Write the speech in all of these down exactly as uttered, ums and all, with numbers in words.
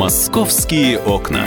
«Московские окна».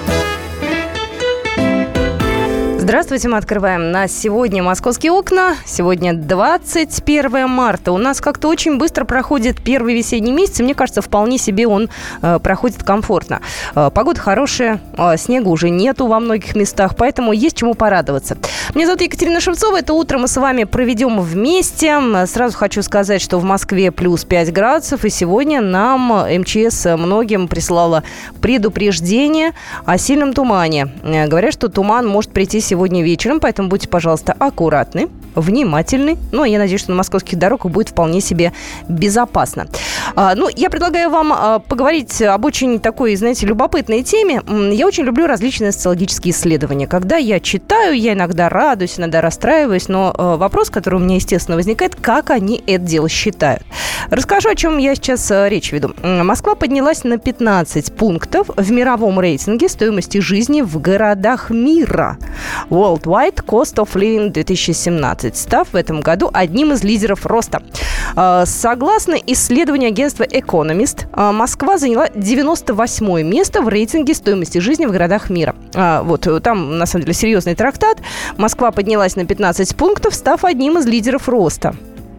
Здравствуйте, мы открываем на сегодня «Московские окна». Сегодня двадцать первое марта. У нас как-то очень быстро проходит первый весенний месяц, и мне кажется, вполне себе он э, проходит комфортно. Э, погода хорошая, э, снега уже нету во многих местах, поэтому есть чему порадоваться. Меня зовут Екатерина Шевцова. Это утро мы с вами проведем вместе. Сразу хочу сказать, что в Москве плюс пять градусов, и сегодня нам МЧС многим прислала предупреждение о сильном тумане. Э, говорят, что туман может прийти сегодня сегодня вечером, поэтому будьте, пожалуйста, аккуратны, внимательны. Ну, я надеюсь, что на московских дорогах будет вполне себе безопасно. А, ну, я предлагаю вам а, поговорить об очень такой, знаете, любопытной теме. Я очень люблю различные социологические исследования. Когда я читаю, я иногда радуюсь, иногда расстраиваюсь, но а, вопрос, который у меня, естественно, возникает, как они это дело считают. Расскажу, о чем я сейчас а, речь веду. Москва поднялась на пятнадцать пунктов в мировом рейтинге стоимости жизни в городах мира. Worldwide Cost of Living две тысячи семнадцать, став в этом году одним из лидеров роста. Согласно исследованию агентства Economist, Москва заняла девяносто восьмое место в рейтинге стоимости жизни в городах мира. Вот там, на самом деле, серьезный трактат. Москва поднялась на пятнадцать пунктов, став одним из лидеров роста.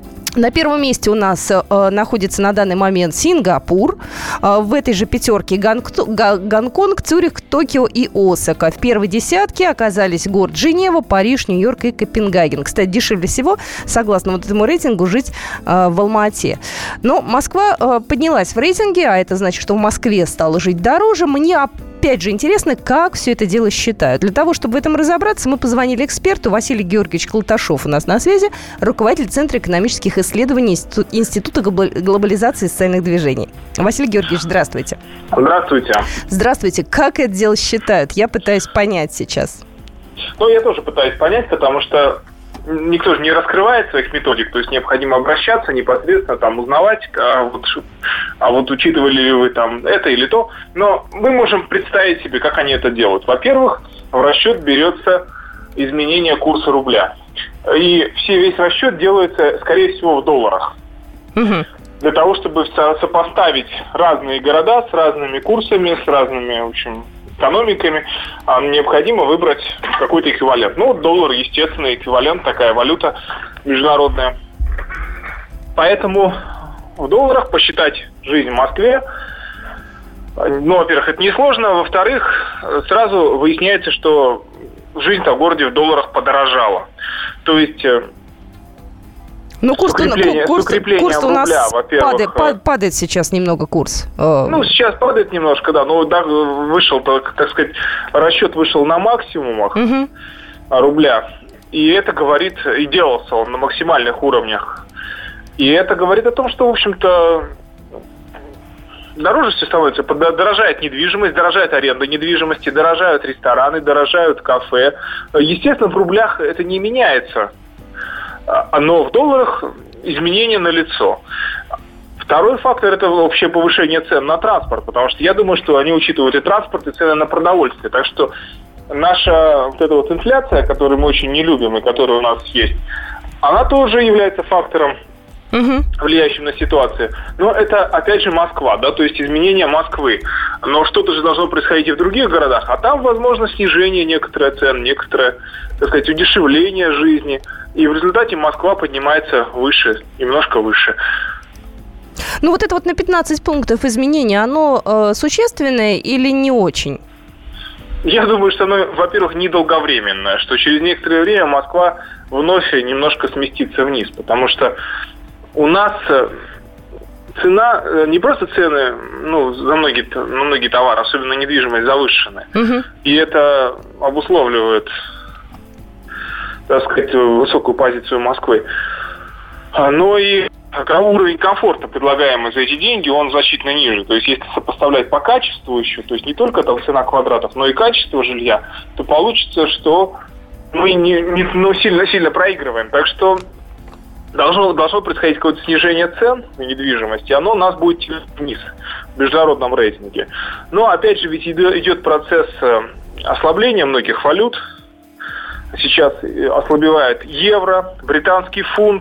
На первом месте у нас э, находится на данный момент Сингапур. Э, в этой же пятерке Гонг- Гонконг, Цюрих, Токио и Осака. В первой десятке оказались город Женева, Париж, Нью-Йорк и Копенгаген. Кстати, дешевле всего, согласно вот этому рейтингу, жить э, в Алма-Ате. Но Москва э, поднялась в рейтинге, а это значит, что в Москве стало жить дороже. Мне опять же интересно, как все это дело считают. Для того, чтобы в этом разобраться, мы позвонили эксперту. Василий Георгиевич Колташов у нас на связи, руководитель Центра экономических исследований Института глобализации и социальных движений. Василий Георгиевич, здравствуйте. Здравствуйте. Здравствуйте. Как это дело считают? Я пытаюсь понять сейчас. Ну, я тоже пытаюсь понять, потому что никто же не раскрывает своих методик, то есть необходимо обращаться непосредственно, там, узнавать, а вот, а вот учитывали ли вы там это или то. Но мы можем представить себе, как они это делают. Во-первых, в расчет берется изменение курса рубля. И все, весь расчет делается, скорее всего, в долларах. Угу. Для того, чтобы сопоставить разные города с разными курсами, с разными, в общем, экономиками, необходимо выбрать какой-то эквивалент. Ну, доллар, естественно, эквивалент, такая валюта международная. Поэтому в долларах посчитать жизнь в Москве, ну, во-первых, это несложно, во-вторых, сразу выясняется, что жизнь-то в городе в долларах подорожала. То есть Ну, курс, укрепление, курс, укрепление курс у нас рубля, во-первых, падает, падает сейчас немного курс. Ну, сейчас падает немножко, да, но да, вышел, так сказать, расчет вышел на максимумах угу. рубля. И это говорит, и делался он на максимальных уровнях. И это говорит о том, что, в общем-то, дороже все становится. Дорожает недвижимость, дорожает аренда недвижимости, дорожают рестораны, дорожают кафе. Естественно, в рублях это не меняется. Но в долларах изменения налицо. Второй фактор – это общее повышение цен на транспорт, потому что я думаю, что они учитывают и транспорт, и цены на продовольствие. Так что наша вот эта вот инфляция, которую мы очень не любим и которая у нас есть, она тоже является фактором, угу. влияющим на ситуацию. Но это, опять же, Москва, да, то есть изменение Москвы. Но что-то же должно происходить и в других городах, а там, возможно, снижение некоторых цен, некоторое, так сказать, удешевление жизни. И в результате Москва поднимается выше, немножко выше. Ну вот это вот на пятнадцать пунктов изменения, оно э, существенное или не очень? Я думаю, что оно, во-первых, недолговременное, что через некоторое время Москва вновь немножко сместится вниз, потому что у нас цена, не просто цены, ну, за многие, на многие товары, особенно недвижимость, завышены. Угу. И это обусловливает, так сказать, высокую позицию Москвы. Но и уровень комфорта, предлагаемый за эти деньги, он значительно ниже. То есть, если сопоставлять по качеству еще, то есть не только там цена квадратов, но и качество жилья, то получится, что мы не, не, ну, сильно, сильно проигрываем. Так что должно, должно происходить какое-то снижение цен на недвижимость, и оно нас будет тянуть вниз в международном рейтинге. Но, опять же, ведь идет процесс ослабления многих валют. Сейчас ослабевает евро, британский фунт.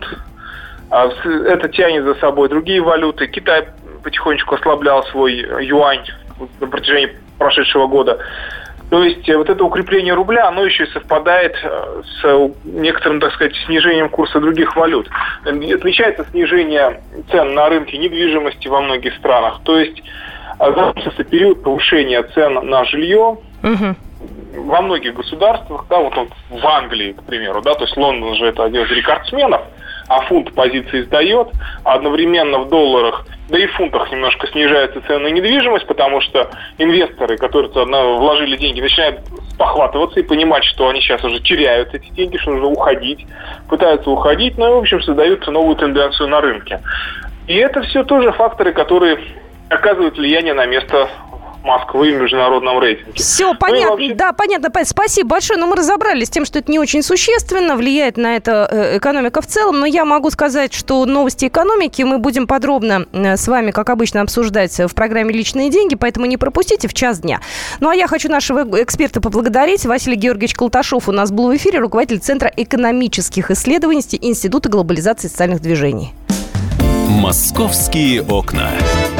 Это тянет за собой другие валюты. Китай потихонечку ослаблял свой юань. на протяжении прошедшего года. То есть вот это укрепление рубля, оно еще и совпадает с некоторым, так сказать, снижением курса других валют. Отмечается снижение цен на рынке недвижимости во многих странах. То есть закончился период повышения цен на жилье угу. во многих государствах. Да, вот он в Англии, к примеру, да, то есть Лондон же это один из рекордсменов, а фунт позиции сдает, а одновременно в долларах, да и в фунтах немножко снижается цена на недвижимость, потому что инвесторы, которые туда вложили деньги, начинают спохватываться и понимать, что они сейчас уже теряют эти деньги, что нужно уходить, пытаются уходить, но, в общем, создают новую тенденцию на рынке. И это все тоже факторы, которые оказывают влияние на место Москвы в международном рейтинге. Все, понятно, ну, вообще... да, понятно, спасибо большое, но мы разобрались с тем, что это не очень существенно, влияет на это экономика в целом, но я могу сказать, что новости экономики мы будем подробно с вами, как обычно, обсуждать в программе «Личные деньги», поэтому не пропустите в час дня. Ну, а я хочу нашего эксперта поблагодарить. Василий Георгиевич Колташов у нас был в эфире, руководитель Центра экономических исследований Института глобализации и социальных движений. «Московские окна».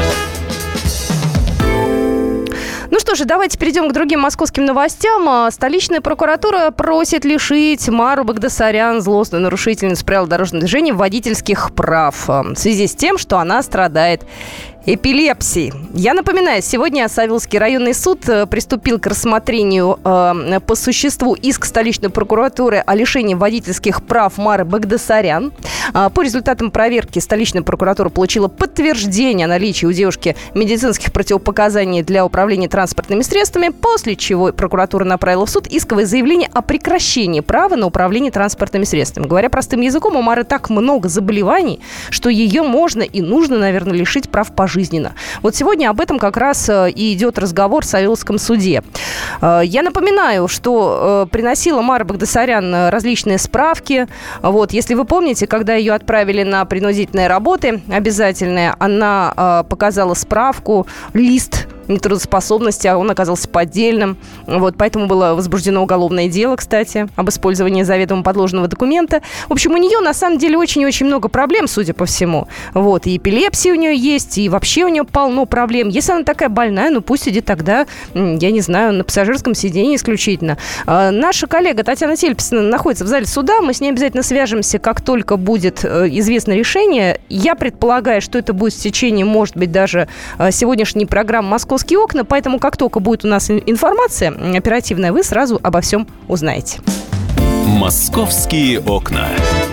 Ну что же, давайте перейдем к другим московским новостям. Столичная прокуратура просит лишить Мару Багдасарян, злостную нарушительницу правил дорожного движения, водительских прав в связи с тем, что она страдает эпилепсии. Я напоминаю, сегодня Савеловский районный суд приступил к рассмотрению э, по существу иск столичной прокуратуры о лишении водительских прав Мары Багдасарян. Э, по результатам проверки столичная прокуратура получила подтверждение о наличии у девушки медицинских противопоказаний для управления транспортными средствами, после чего прокуратура направила в суд исковое заявление о прекращении права на управление транспортными средствами. Говоря простым языком, у Мары так много заболеваний, что ее можно и нужно, наверное, лишить прав пожизненно. Вот сегодня об этом как раз и идет разговор в Савеловском суде. Я напоминаю, что приносила Мара Багдасарян различные справки. Вот, если вы помните, когда ее отправили на принудительные работы обязательные, она показала справку, лист нетрудоспособности, а он оказался поддельным. Вот, поэтому было возбуждено уголовное дело, кстати, об использовании заведомо подложного документа. В общем, у нее на самом деле очень-очень много проблем, судя по всему. Вот, и эпилепсия у нее есть, и вообще у нее полно проблем. Если она такая больная, ну пусть сидит тогда, я не знаю, на пассажирском сидении исключительно. А, наша коллега Татьяна Тельписовна находится в зале суда. Мы с ней обязательно свяжемся, как только будет известно решение. Я предполагаю, что это будет в течение, может быть, даже сегодняшней программы «Московские окна», поэтому как только будет у нас информация оперативная, вы сразу обо всем узнаете. «Московские окна».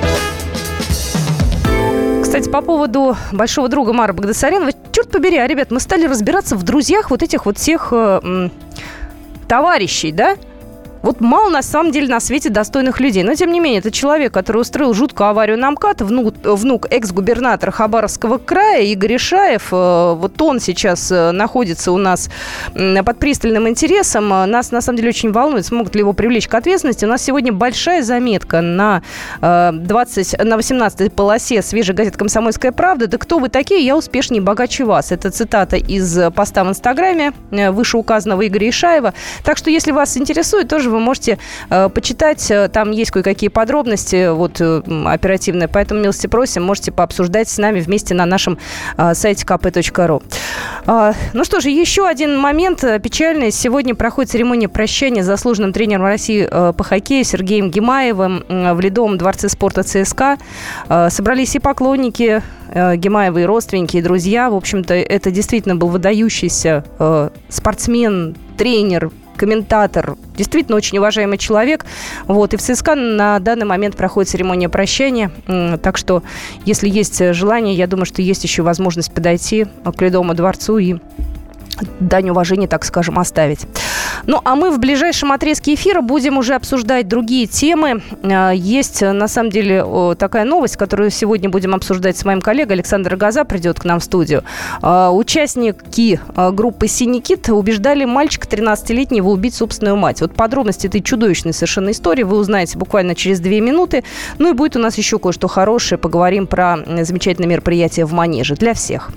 Кстати, по поводу большого друга Мары Багдасарян, черт побери, а, ребят, мы стали разбираться в друзьях вот этих вот всех э, м, товарищей, да? Вот мало, на самом деле, на свете достойных людей. Но, тем не менее, это человек, который устроил жуткую аварию на МКАД, внук, внук экс-губернатора Хабаровского края Игорь Ишаев. Вот он сейчас находится у нас под пристальным интересом. Нас, на самом деле, очень волнует, смогут ли его привлечь к ответственности. У нас сегодня большая заметка на, двадцать, на восемнадцатой полосе свежей газеты «Комсомольская правда». Да кто вы такие? Я успешнее и богаче вас. Это цитата из поста в Инстаграме вышеуказанного Игоря Ишаева. Так что, если вас интересует, тоже вы можете э, почитать, там есть кое-какие подробности вот, э, оперативные, поэтому милости просим, можете пообсуждать с нами вместе на нашем э, сайте ка пэ точка ру. Э, ну что же, еще один момент печальный. Сегодня проходит церемония прощания с заслуженным тренером России э, по хоккею Сергеем Гимаевым э, в Ледовом дворце спорта ЦСКА. Э, собрались и поклонники э, Гимаева, и родственники, и друзья. В общем-то, это действительно был выдающийся э, спортсмен, тренер, комментатор, действительно очень уважаемый человек. Вот. И в ЦСКА на данный момент проходит церемония прощания. Так что, если есть желание, я думаю, что есть еще возможность подойти к Ледовому дворцу и дань уважения, так скажем, оставить. Ну, а мы в ближайшем отрезке эфира будем уже обсуждать другие темы. Есть, на самом деле, такая новость, которую сегодня будем обсуждать с моим коллегой. Александр Газа придет к нам в студию. Участники группы «Синий кит» убеждали мальчика тринадцатилетнего убить собственную мать. Вот подробности этой чудовищной совершенно истории вы узнаете буквально через две минуты. Ну и будет у нас еще кое-что хорошее. Поговорим про замечательное мероприятие в Манеже для всех.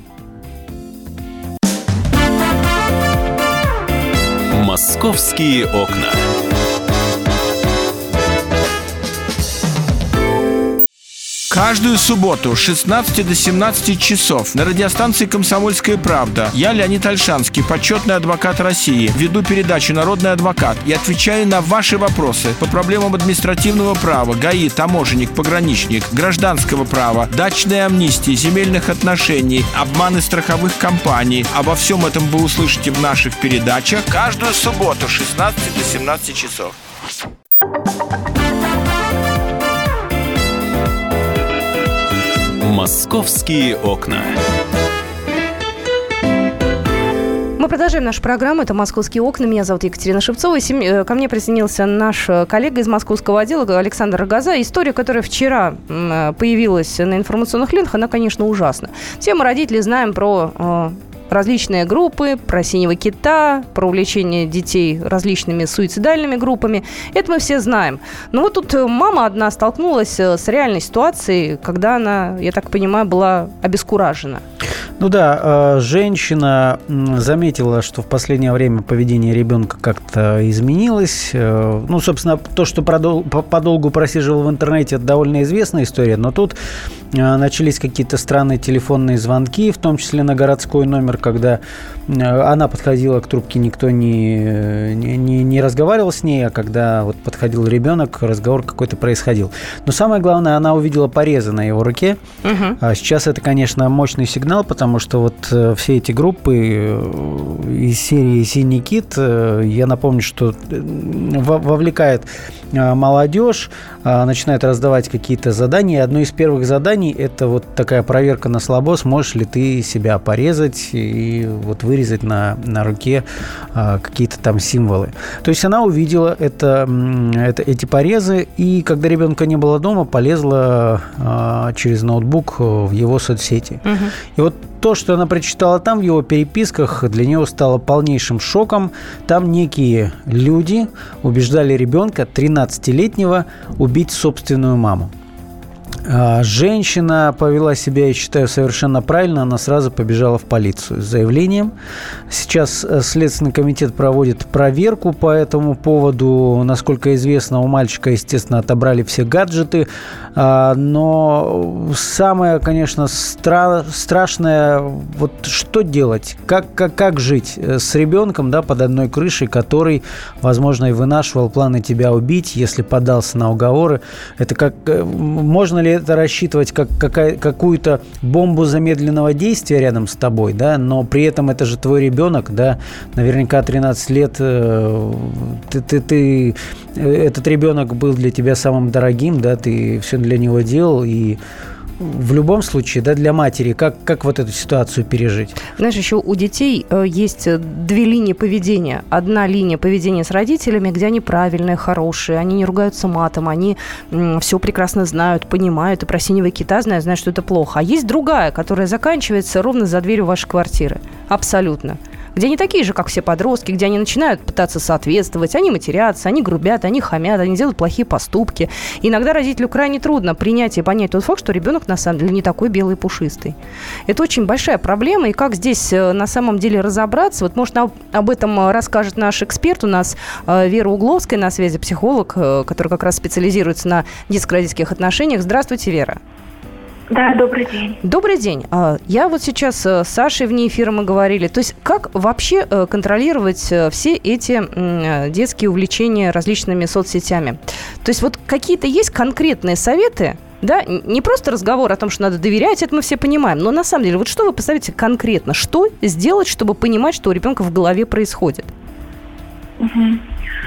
«Московские окна». Каждую субботу с шестнадцати до семнадцати часов на радиостанции «Комсомольская правда» я, Леонид Ольшанский, почетный адвокат России, веду передачу «Народный адвокат» и отвечаю на ваши вопросы по проблемам административного права, ГАИ, таможенник, пограничник, гражданского права, дачной амнистии, земельных отношений, обманы страховых компаний. Обо всем этом вы услышите в наших передачах каждую субботу с шестнадцати до семнадцати часов. «Московские окна». Мы продолжаем нашу программу. Это «Московские окна». Меня зовут Екатерина Шевцова. Ко мне присоединился наш коллега из московского отдела Александр Рогоза. История, которая вчера появилась на информационных лентах, она, конечно, ужасна. Все мы, родители, знаем про различные группы, про синего кита, про увлечение детей различными суицидальными группами. Это мы все знаем. Но вот тут мама одна столкнулась с реальной ситуацией, когда она, я так понимаю, была обескуражена. Ну да, женщина заметила, что в последнее время поведение ребенка как-то изменилось. Ну, собственно, то, что подолгу просиживал в интернете, это довольно известная история, но тут начались какие-то странные телефонные звонки, в том числе на городской номер, когда она подходила к трубке, никто не, не, не разговаривал с ней, а когда вот подходил ребенок, разговор какой-то происходил. Но самое главное, она увидела порезы на его руке. Угу. Сейчас это, конечно, мощный сигнал, потому что вот все эти группы из серии «Синий кит», я напомню, что вовлекает молодежь, начинает раздавать какие-то задания. Одно из первых заданий – это вот такая проверка на слабо, сможешь ли ты себя порезать и вот вырезать на, на руке какие-то там символы. То есть она увидела это, это, эти порезы, и когда ребенка не было дома, полезла через ноутбук в его соцсети. Угу. И вот то, что она прочитала там в его переписках, для нее стало полнейшим шоком. Там некие люди убеждали ребенка тринадцатилетнего убить собственную маму. Женщина повела себя, я считаю, совершенно правильно. Она сразу побежала в полицию с заявлением. Сейчас Следственный комитет проводит проверку по этому поводу. Насколько известно, у мальчика, естественно, отобрали все гаджеты. Но самое, конечно, стра- страшное, вот что делать? Как, как, как жить с ребенком, да, под одной крышей, который, возможно, и вынашивал планы тебя убить, если поддался на уговоры? Это как... Можно ли это рассчитывать как какая, какую-то бомбу замедленного действия рядом с тобой, да, но при этом это же твой ребенок, да, наверняка тринадцать лет э, ты, ты, ты, этот ребенок был для тебя самым дорогим, да, ты все для него делал, и в любом случае, да, для матери, как, как вот эту ситуацию пережить? Знаешь, еще у детей э, есть две линии поведения. Одна линия поведения с родителями, где они правильные, хорошие, они не ругаются матом, они м, все прекрасно знают, понимают, и про синего кита знают, знают, что это плохо. А есть другая, которая заканчивается ровно за дверью вашей квартиры. Абсолютно. Где они такие же, как все подростки, где они начинают пытаться соответствовать, они матерятся, они грубят, они хамят, они делают плохие поступки. И иногда родителю крайне трудно принять и понять тот факт, что ребенок на самом деле не такой белый и пушистый. Это очень большая проблема, и как здесь на самом деле разобраться, вот, может, об этом расскажет наш эксперт, у нас Вера Угловская на связи, психолог, который как раз специализируется на детско-родительских отношениях. Здравствуйте, Вера. Да, добрый день. Добрый день. Я вот сейчас с Сашей вне эфира мы говорили. То есть как вообще контролировать все эти детские увлечения различными соцсетями? То есть вот какие-то есть конкретные советы, да, не просто разговор о том, что надо доверять, это мы все понимаем, но на самом деле вот что вы посоветуете конкретно? Что сделать, чтобы понимать, что у ребенка в голове происходит? Угу.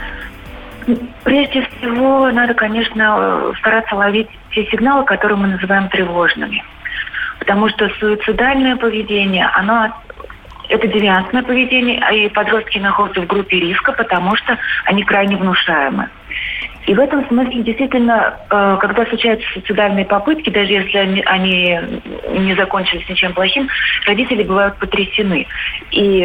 Прежде всего, надо, конечно, стараться ловить те сигналы, которые мы называем тревожными. Потому что суицидальное поведение, оно, это девиантное поведение, и подростки находятся в группе риска, потому что они крайне внушаемы. И в этом смысле, действительно, когда случаются суицидальные попытки, даже если они, они не закончились ничем плохим, родители бывают потрясены. И,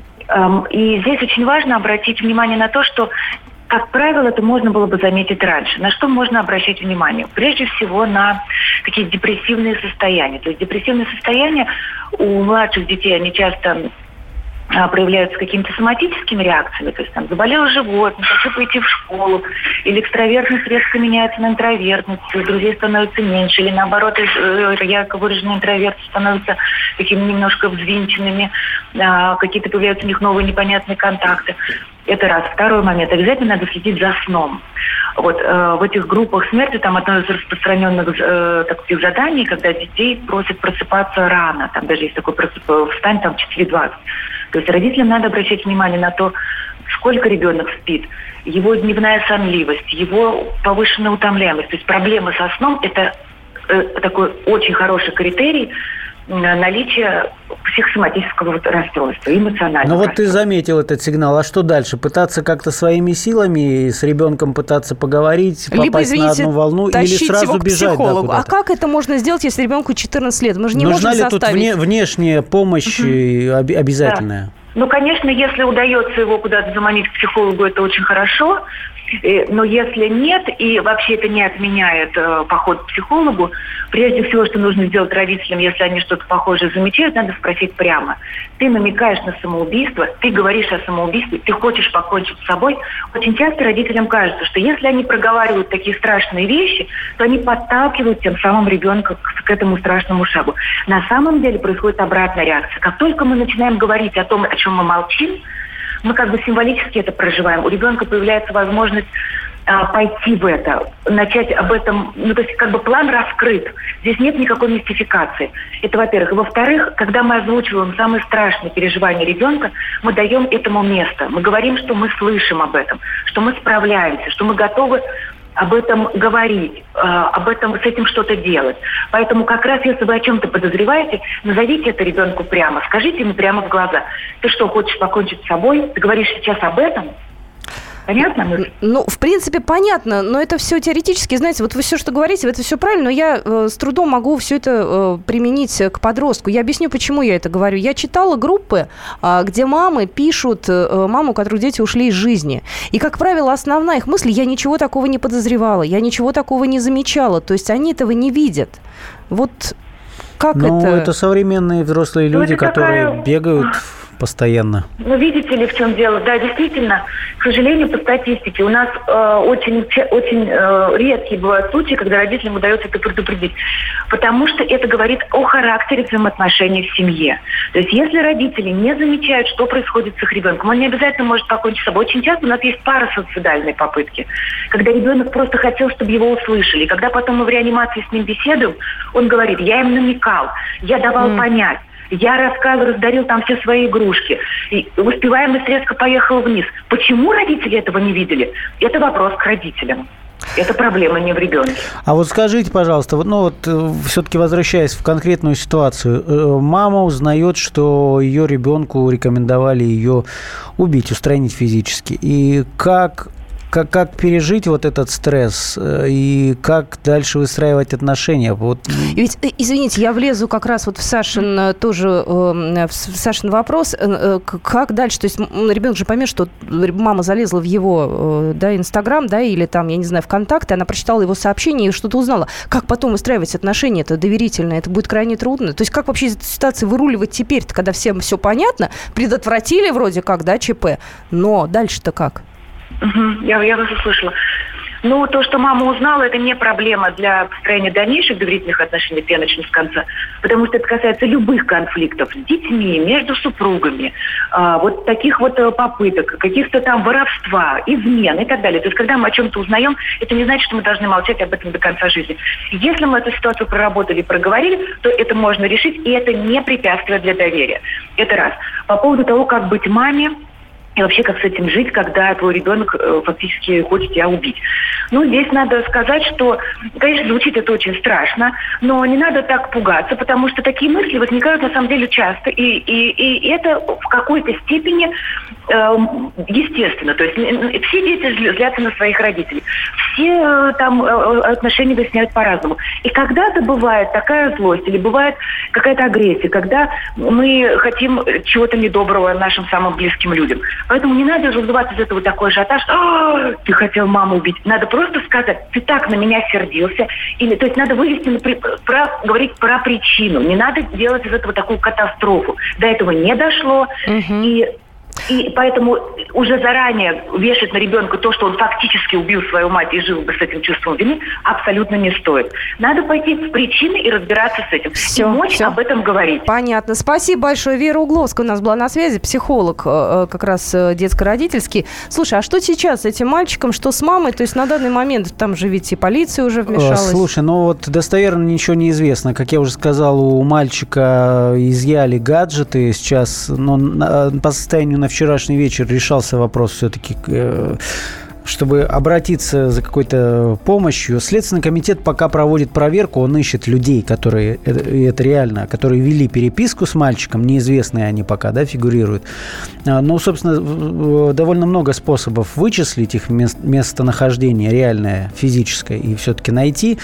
и здесь очень важно обратить внимание на то, что, как правило, это можно было бы заметить раньше. На что можно обращать внимание? Прежде всего на такие депрессивные состояния. То есть депрессивные состояния у младших детей, они часто проявляются какими-то соматическими реакциями, то есть там заболел живот, не хочу пойти в школу, или экстравертность резко меняется на интровертность, друзей становится меньше, или наоборот, ярко выраженные интроверты становятся такими немножко взвинченными, какие-то появляются у них новые непонятные контакты. Это раз. Второй момент. Обязательно надо следить за сном. Вот э, в этих группах смерти там одно из распространенных э, таких заданий, когда детей просят просыпаться рано. Там даже есть такой просып... встань там в четыре двадцать. То есть родителям надо обращать внимание на то, сколько ребенок спит, его дневная сонливость, его повышенная утомляемость. То есть проблемы со сном – это э, такой очень хороший критерий наличие психосоматического расстройства, эмоционального. Ну вот ты заметил этот сигнал. А что дальше? Пытаться как-то своими силами с ребенком пытаться поговорить, попасть Либо, извините, на одну волну, или сразу бежать? Да, а как это можно сделать, если ребенку четырнадцать лет? Мы же не Нужна можем ли заставить... тут вне, внешняя помощь угу. обязательная? Да. Ну, конечно, если удается его куда-то заманить к психологу, это очень хорошо. Но если нет, и вообще это не отменяет э, поход к психологу, прежде всего, что нужно сделать родителям, если они что-то похожее замечают, надо спросить прямо. Ты намекаешь на самоубийство, ты говоришь о самоубийстве, ты хочешь покончить с собой. Очень часто родителям кажется, что если они проговаривают такие страшные вещи, то они подталкивают тем самым ребенка к, к этому страшному шагу. На самом деле происходит обратная реакция. Как только мы начинаем говорить о том, о чем мы молчим, мы как бы символически это проживаем. У ребенка появляется возможность а, пойти в это, начать об этом, ну то есть как бы план раскрыт. Здесь нет никакой мистификации. Это во-первых. И во-вторых, когда мы озвучиваем самые страшные переживания ребенка, мы даем этому место. Мы говорим, что мы слышим об этом, что мы справляемся, что мы готовы об этом говорить, э, об этом, с этим что-то делать. Поэтому как раз, если вы о чем-то подозреваете, назовите это ребенку прямо, скажите ему прямо в глаза. Ты что, хочешь покончить с собой? Ты говоришь сейчас об этом? Понятно? Ну, в принципе, понятно, но это все теоретически. Знаете, вот вы все, что говорите, это все правильно, но я э, с трудом могу все это э, применить к подростку. Я объясню, почему я это говорю. Я читала группы, э, где мамы пишут э, маму, у которых дети ушли из жизни. И, как правило, основная их мысль: я ничего такого не подозревала, я ничего такого не замечала. То есть они этого не видят. Вот как ну, это? Ну, это современные взрослые люди, ну, которые такая... бегают... постоянно. Ну, видите ли, в чем дело? Да, действительно, к сожалению, по статистике, у нас э, очень, очень э, редкие бывают случаи, когда родителям удается это предупредить. Потому что это говорит о характере взаимоотношений в семье. То есть, если родители не замечают, что происходит с их ребенком, он не обязательно может покончить с собой. Очень часто у нас есть парасоциальные попытки, когда ребенок просто хотел, чтобы его услышали. Когда потом мы в реанимации с ним беседуем, он говорит: я им намекал, я давал mm. понять. Я рассказывал, раздарил там все свои игрушки. И успеваемость резко поехала вниз. Почему родители этого не видели? Это вопрос к родителям. Это проблема не в ребенке. А вот скажите, пожалуйста, ну вот все-таки возвращаясь в конкретную ситуацию, мама узнает, что ее ребенку рекомендовали ее убить, устранить физически. И как... Как, как пережить вот этот стресс и как дальше выстраивать отношения? Вот. И ведь, извините, я влезу как раз вот в Сашин тоже, в Сашин вопрос. Как дальше? То есть ребенок же поймет, что мама залезла в его, да, Инстаграм, да, или там, я не знаю, ВКонтакте, она прочитала его сообщение и что-то узнала. Как потом выстраивать отношения? Это доверительно, это будет крайне трудно. То есть как вообще из этой ситуации выруливать теперь, когда всем все понятно, предотвратили вроде как, да, ЧП, но дальше-то как? Угу, я, я вас услышала. Ну, то, что мама узнала, это не проблема для построения дальнейших доверительных отношений, я начну с конца, потому что это касается любых конфликтов с детьми, между супругами, а, вот таких вот попыток, каких-то там воровства, измен и так далее. То есть, когда мы о чем-то узнаем, это не значит, что мы должны молчать об этом до конца жизни. Если мы эту ситуацию проработали и проговорили, то это можно решить, и это не препятствие для доверия. Это раз. По поводу того, как быть маме, и вообще, как с этим жить, когда твой ребенок э, фактически хочет тебя убить. Ну, здесь надо сказать, что, конечно, звучит это очень страшно, но не надо так пугаться, потому что такие мысли возникают на самом деле часто, и, и, и это в какой-то степени э, естественно. То есть все дети злятся на своих родителей, все э, там э, отношения выясняют по-разному. И когда-то бывает такая злость, или бывает какая-то агрессия, когда мы хотим чего-то недоброго нашим самым близким людям. Поэтому не надо раздувать из этого такой ажиотаж. «А, ты хотел маму убить». Надо просто сказать: ты так на меня сердился. Или, то есть надо вывести, на, про, говорить про причину. Не надо делать из этого такую катастрофу. До этого не дошло. Угу. И... И поэтому уже заранее вешать на ребенка то, что он фактически убил свою мать и жил бы с этим чувством вины, абсолютно не стоит. Надо пойти в причины и разбираться с этим. Все, и мочь все. Об этом говорить. Понятно. Спасибо большое. Вера Угловская у нас была на связи, психолог как раз детско-родительский. Слушай, а что сейчас с этим мальчиком, что с мамой? То есть на данный момент там же ведь и полиция уже вмешалась. Слушай, ну вот достоверно ничего не известно. Как я уже сказал, у мальчика изъяли гаджеты. Сейчас, ну, по состоянию на вчерашний вечер решался вопрос все-таки, чтобы обратиться за какой-то помощью. Следственный комитет пока проводит проверку, он ищет людей, которые, это реально, которые вели переписку с мальчиком, неизвестные они пока, да, фигурируют. Но, собственно, довольно много способов вычислить их местонахождение реальное, физическое, и все-таки найти.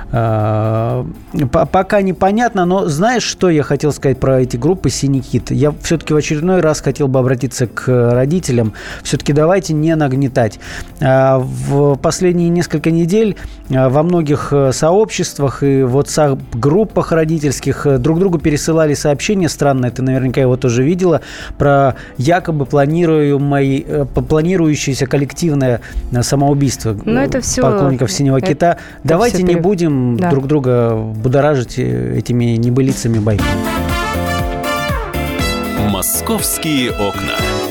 Пока непонятно, но знаешь, что я хотел сказать про эти группы «Синий кит»? Я все-таки в очередной раз хотел бы обратиться к родителям. Все-таки давайте не нагнетать. В последние несколько недель во многих сообществах и в WhatsApp-группах родительских друг другу пересылали сообщения, странное, ты наверняка его тоже видела, про якобы планируемое, планирующееся коллективное самоубийство это все, поклонников «Синего это, кита». Это давайте не пере... будем да. друг друга будоражить этими небылицами байками. Московские окна.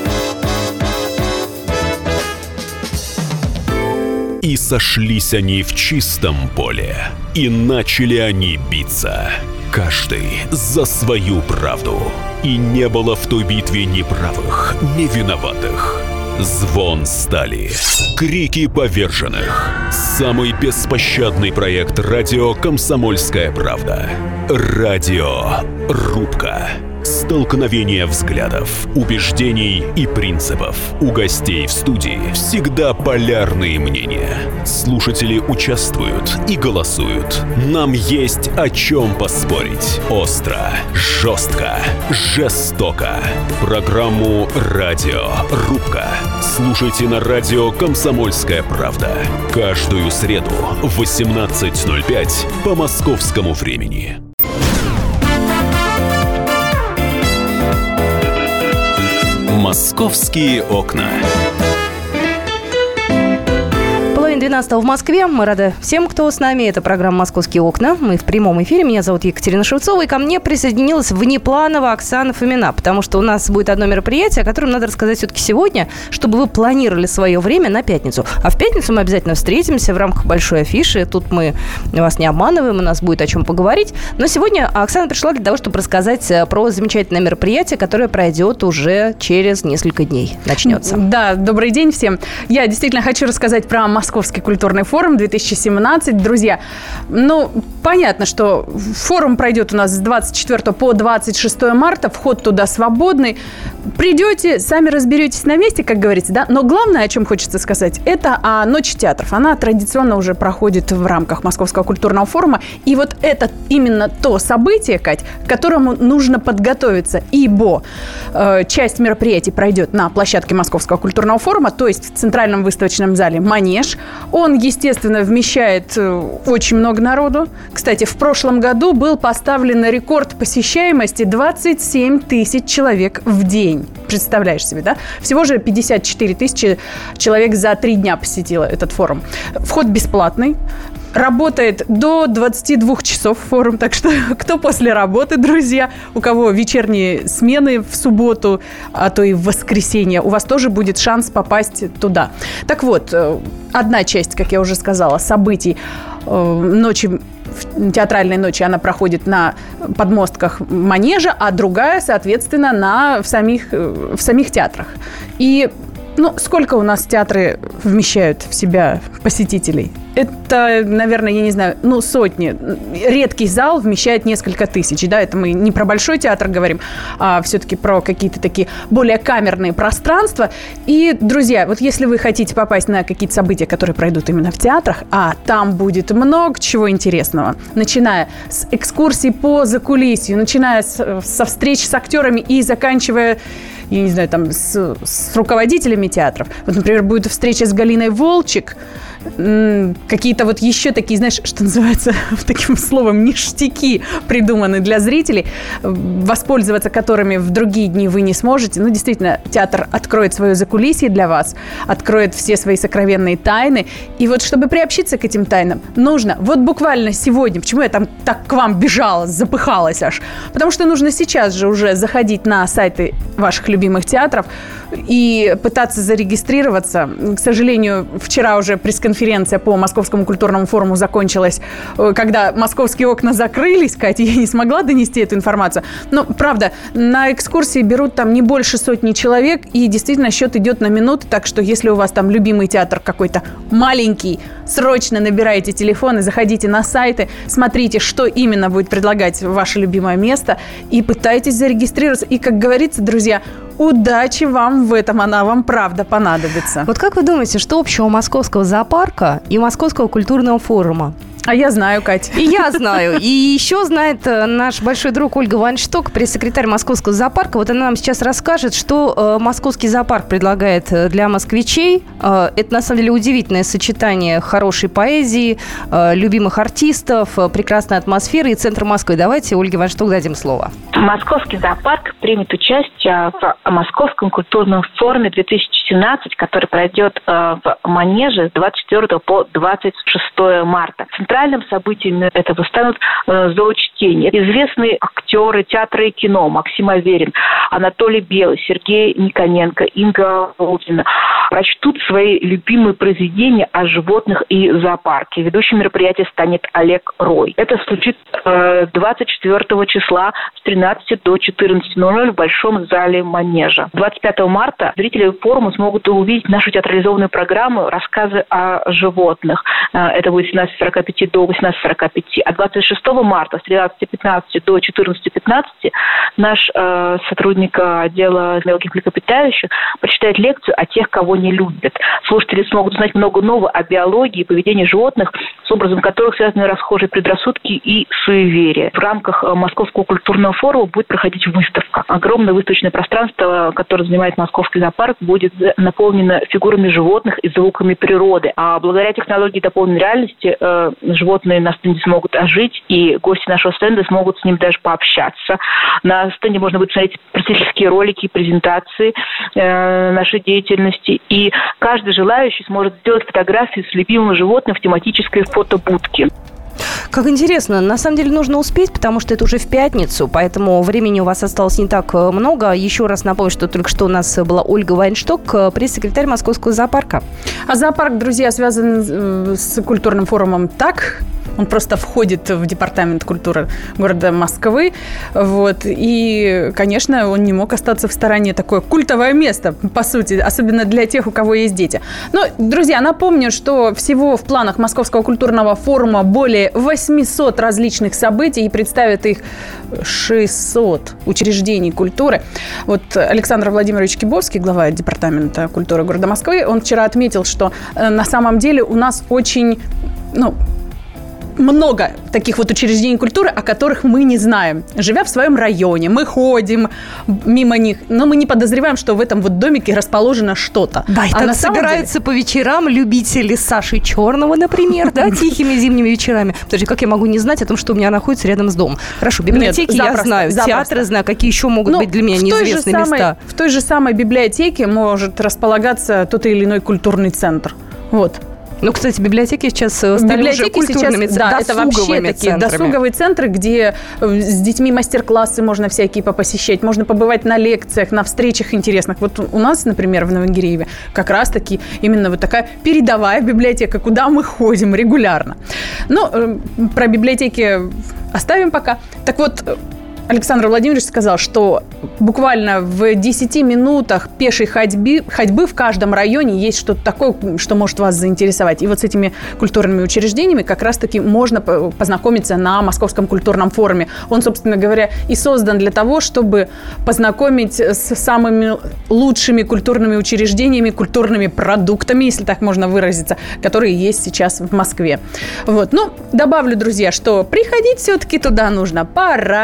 И сошлись они в чистом поле, и начали они биться, каждый за свою правду. И не было в той битве ни правых, ни виноватых. Звон стали, крики поверженных. Самый беспощадный проект радио «Комсомольская правда». Радиорубка. Столкновение взглядов, убеждений и принципов. У гостей в студии всегда полярные мнения. Слушатели участвуют и голосуют. Нам есть о чем поспорить. Остро, жестко, жестоко. Программу «Радиорубка» слушайте на радио «Комсомольская правда». Каждую среду в восемнадцать ноль пять по московскому времени. Московские окна. двенадцатого в Москве. Мы рады всем, кто с нами. Это программа «Московские окна». Мы в прямом эфире. Меня зовут Екатерина Шевцова. И ко мне присоединилась внепланово Оксана Фомина. Потому что у нас будет одно мероприятие, о котором надо рассказать все-таки сегодня, чтобы вы планировали свое время на пятницу. А в пятницу мы обязательно встретимся в рамках большой афиши. Тут мы вас не обманываем, у нас будет о чем поговорить. Но сегодня Оксана пришла для того, чтобы рассказать про замечательное мероприятие, которое пройдет уже через несколько дней. Начнется. Да, добрый день всем. Я действительно хочу рассказать про Московский культурный форум две тысячи семнадцать. Друзья, ну, понятно, что форум пройдет у нас с двадцать четвёртого по двадцать шестое марта. Вход туда свободный. Придете, сами разберетесь на месте, как говорится, да? Но главное, о чем хочется сказать, это о Ночи театров. Она традиционно уже проходит в рамках Московского культурного форума. И вот это именно то событие, Кать, к которому нужно подготовиться, ибо э, часть мероприятий пройдет на площадке Московского культурного форума, то есть в центральном выставочном зале «Манеж». Он, естественно, вмещает очень много народу. Кстати, в прошлом году был поставлен рекорд посещаемости двадцать семь тысяч человек в день. Представляешь себе, да? Всего же пятьдесят четыре тысячи человек за три дня посетило этот форум. Вход бесплатный. Работает до двадцати двух часов форум, так что кто после работы, друзья, у кого вечерние смены в субботу, а то и в воскресенье, у вас тоже будет шанс попасть туда. Так вот, одна часть, как я уже сказала, событий ночи, театральной ночи, она проходит на подмостках Манежа, а другая, соответственно, на, в, самих, в самих театрах. И ну, сколько у нас театры вмещают в себя посетителей? Это, наверное, я не знаю, ну, сотни. Редкий зал вмещает несколько тысяч, да, это мы не про большой театр говорим, а все-таки про какие-то такие более камерные пространства. И, друзья, вот если вы хотите попасть на какие-то события, которые пройдут именно в театрах, а там будет много чего интересного, начиная с экскурсий по закулисью, начиная с, со встреч с актерами и заканчивая я не знаю, там, с, с руководителями театров. Вот, например, будет встреча с Галиной Волчек, какие-то вот еще такие, знаешь, что называется таким словом, ништяки придуманы для зрителей, воспользоваться которыми в другие дни вы не сможете. Ну, действительно, театр откроет свое закулисье для вас, откроет все свои сокровенные тайны. И вот, чтобы приобщиться к этим тайнам, нужно вот буквально сегодня, почему я там так к вам бежала, запыхалась аж, потому что нужно сейчас же уже заходить на сайты ваших любимых театров и пытаться зарегистрироваться. К сожалению, вчера уже пресс-конференция по Московскому культурному форуму закончилась, когда московские окна закрылись, Катя, я не смогла донести эту информацию. Но, правда, на экскурсии берут там не больше сотни человек, и действительно счет идет на минуты, так что если у вас там любимый театр какой-то маленький, срочно набирайте телефон и заходите на сайты, смотрите, что именно будет предлагать ваше любимое место, и пытайтесь зарегистрироваться. И, как говорится, друзья, удачи вам в этом, она вам правда понадобится. Вот как вы думаете, что общего Московского зоопарка и Московского культурного форума? А я знаю, Катя. И я знаю. И еще знает наш большой друг Ольга Вайншток, пресс-секретарь Московского зоопарка. Вот она нам сейчас расскажет, что э, Московский зоопарк предлагает для москвичей. Э, это, на самом деле, удивительное сочетание хорошей поэзии, э, любимых артистов, э, прекрасной атмосферы и центра Москвы. Давайте Ольге Вайншток дадим слово. Московский зоопарк примет участие в Московском культурном форуме две тысячи семнадцать, который пройдет э, в Манеже с двадцать четвёртого по двадцать шестое марта. Центральным событием этого станут э, зоочтения. Известные актеры театра и кино Максим Аверин, Анатолий Белый, Сергей Никоненко, Инга Волгина прочтут свои любимые произведения о животных и зоопарке. Ведущим мероприятия станет Олег Рой. Это случится э, двадцать четвёртого числа с тринадцати до четырнадцати ноль ноль в Большом зале Манежа. двадцать пятого марта зрители форума смогут увидеть нашу театрализованную программу «Рассказы о животных». Э, это будет с семнадцати сорока пяти до восемнадцати сорока пяти. А двадцать шестого марта с тринадцати пятнадцати до четырнадцати пятнадцати наш э, сотрудник отдела мелких млекопитающих прочитает лекцию о тех, кого не любят. Слушатели смогут узнать много нового о биологии и поведении животных, с образом которых связаны расхожие предрассудки и суеверия. В рамках Московского культурного форума будет проходить выставка. Огромное выставочное пространство, которое занимает Московский зоопарк, будет наполнено фигурами животных и звуками природы. А благодаря технологии дополненной реальности э, животные на стенде смогут ожить, и гости нашего стенда смогут с ним даже пообщаться. На стенде можно будет смотреть практические ролики, презентации э, нашей деятельности, и каждый желающий сможет сделать фотографии с любимым животным в тематической фотобудке. Как интересно. На самом деле нужно успеть, потому что это уже в пятницу, поэтому времени у вас осталось не так много. Еще раз напомню, что только что у нас была Ольга Вайншток, пресс-секретарь Московского зоопарка. А зоопарк, друзья, связан с культурным форумом так. Он просто входит в департамент культуры города Москвы. Вот. И, конечно, он не мог остаться в стороне. Такое культовое место, по сути, особенно для тех, у кого есть дети. Но, друзья, напомню, что всего в планах Московского культурного форума более восемьсот различных событий, и представят их шестьсот учреждений культуры. Вот Александр Владимирович Кибовский, глава департамента культуры города Москвы, он вчера отметил, что на самом деле у нас очень, ну, много таких вот учреждений культуры, о которых мы не знаем. Живя в своем районе, мы ходим мимо них, но мы не подозреваем, что в этом вот домике расположено что-то. Да, и а там собираются деле... по вечерам любители Саши Черного, например, да, тихими зимними вечерами. Подожди, как я могу не знать о том, что у меня находится рядом с домом? Хорошо, библиотеки Нет, запросто, я знаю, запросто. Театры знаю, какие еще могут ну, быть для меня неизвестные самой, места. В той же самой библиотеке может располагаться тот или иной культурный центр. Вот. Ну, кстати, библиотеки сейчас стали библиотеки уже культурными сейчас, да, это вообще такие центрами. Досуговые центры, где с детьми мастер-классы можно всякие попосещать, можно побывать на лекциях, на встречах интересных. Вот у нас, например, в Новогирееве как раз-таки именно вот такая передовая библиотека, куда мы ходим регулярно. Но про библиотеки оставим пока. Так вот, Александр Владимирович сказал, что буквально в десяти минутах пешей ходьбы, ходьбы в каждом районе есть что-то такое, что может вас заинтересовать. И вот с этими культурными учреждениями как раз-таки можно познакомиться на Московском культурном форуме. Он, собственно говоря, и создан для того, чтобы познакомить с самыми лучшими культурными учреждениями, культурными продуктами, если так можно выразиться, которые есть сейчас в Москве. Вот. Ну, добавлю, друзья, что приходить все-таки туда нужно пораньше,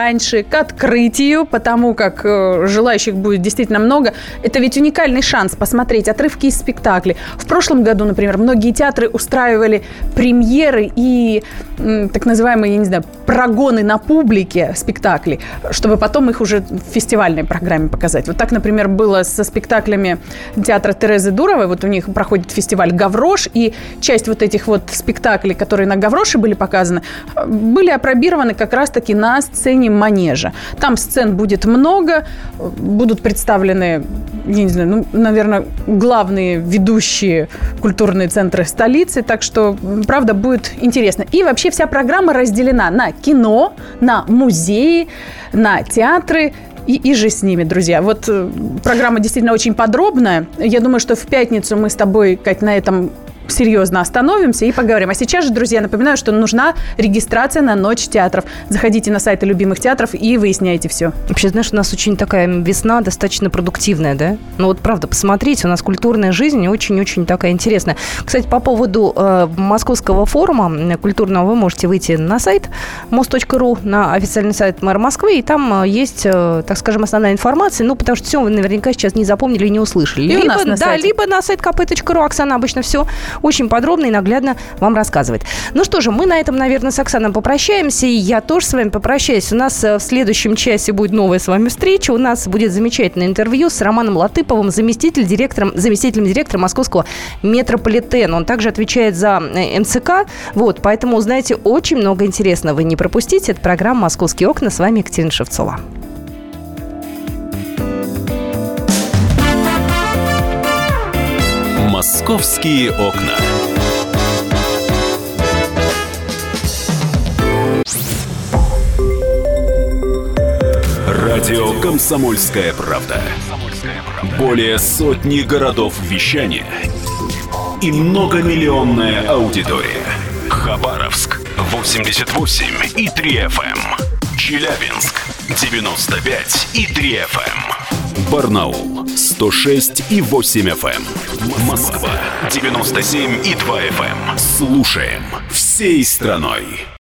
к открытию, потому как э, желающих будет действительно много. Это ведь уникальный шанс посмотреть отрывки из спектаклей. В прошлом году, например, многие театры устраивали премьеры и э, так называемые, я не знаю, прогоны на публике спектаклей, чтобы потом их уже в фестивальной программе показать. Вот так, например, было со спектаклями театра Терезы Дуровой. Вот у них проходит фестиваль «Гаврош», и часть вот этих вот спектаклей, которые на «Гавроше» были показаны, были опробированы как раз-таки на сцене манежа. Там сцен будет много, будут представлены, я не знаю, ну, наверное, главные ведущие культурные центры столицы, так что, правда, будет интересно. И вообще вся программа разделена на кино, на музеи, на театры и, и же с ними, друзья. Вот э, программа действительно очень подробная. Я думаю, что в пятницу мы с тобой, Кать, на этом серьезно остановимся и поговорим. А сейчас же, друзья, напоминаю, что нужна регистрация на Ночь театров. Заходите на сайты любимых театров и выясняйте все. Вообще, знаешь, у нас очень такая весна достаточно продуктивная, да? Ну вот правда, посмотрите, у нас культурная жизнь очень-очень такая интересная. Кстати, по поводу э, московского форума культурного вы можете выйти на сайт мост точка ру, на официальный сайт мэра Москвы, и там э, есть, э, так скажем, основная информация, ну, потому что все вы наверняка сейчас не запомнили и не услышали. И либо, у нас на да, сайте. либо на сайт ка пэ точка ру. Оксана обычно все очень подробно и наглядно вам рассказывает. Ну что же, мы на этом, наверное, с Оксаной попрощаемся, и я тоже с вами попрощаюсь. У нас в следующем часе будет новая с вами встреча. У нас будет замечательное интервью с Романом Латыповым, заместитель директором, заместителем директора Московского метрополитена. Он также отвечает за эм цэ ка. Вот, поэтому узнаете очень много интересного. Вы не пропустите. Это программа «Московские окна». С вами Екатерина Шевцова. «Московские окна». Радио «Комсомольская правда». Более сотни городов вещания и многомиллионная аудитория. Хабаровск восемьдесят восемь и три эф эм. Челябинск девяносто пять и три эф эм. Барнаул сто шесть и восемь эф эм. Москва девяносто семь и два эф эм. Слушаем всей страной.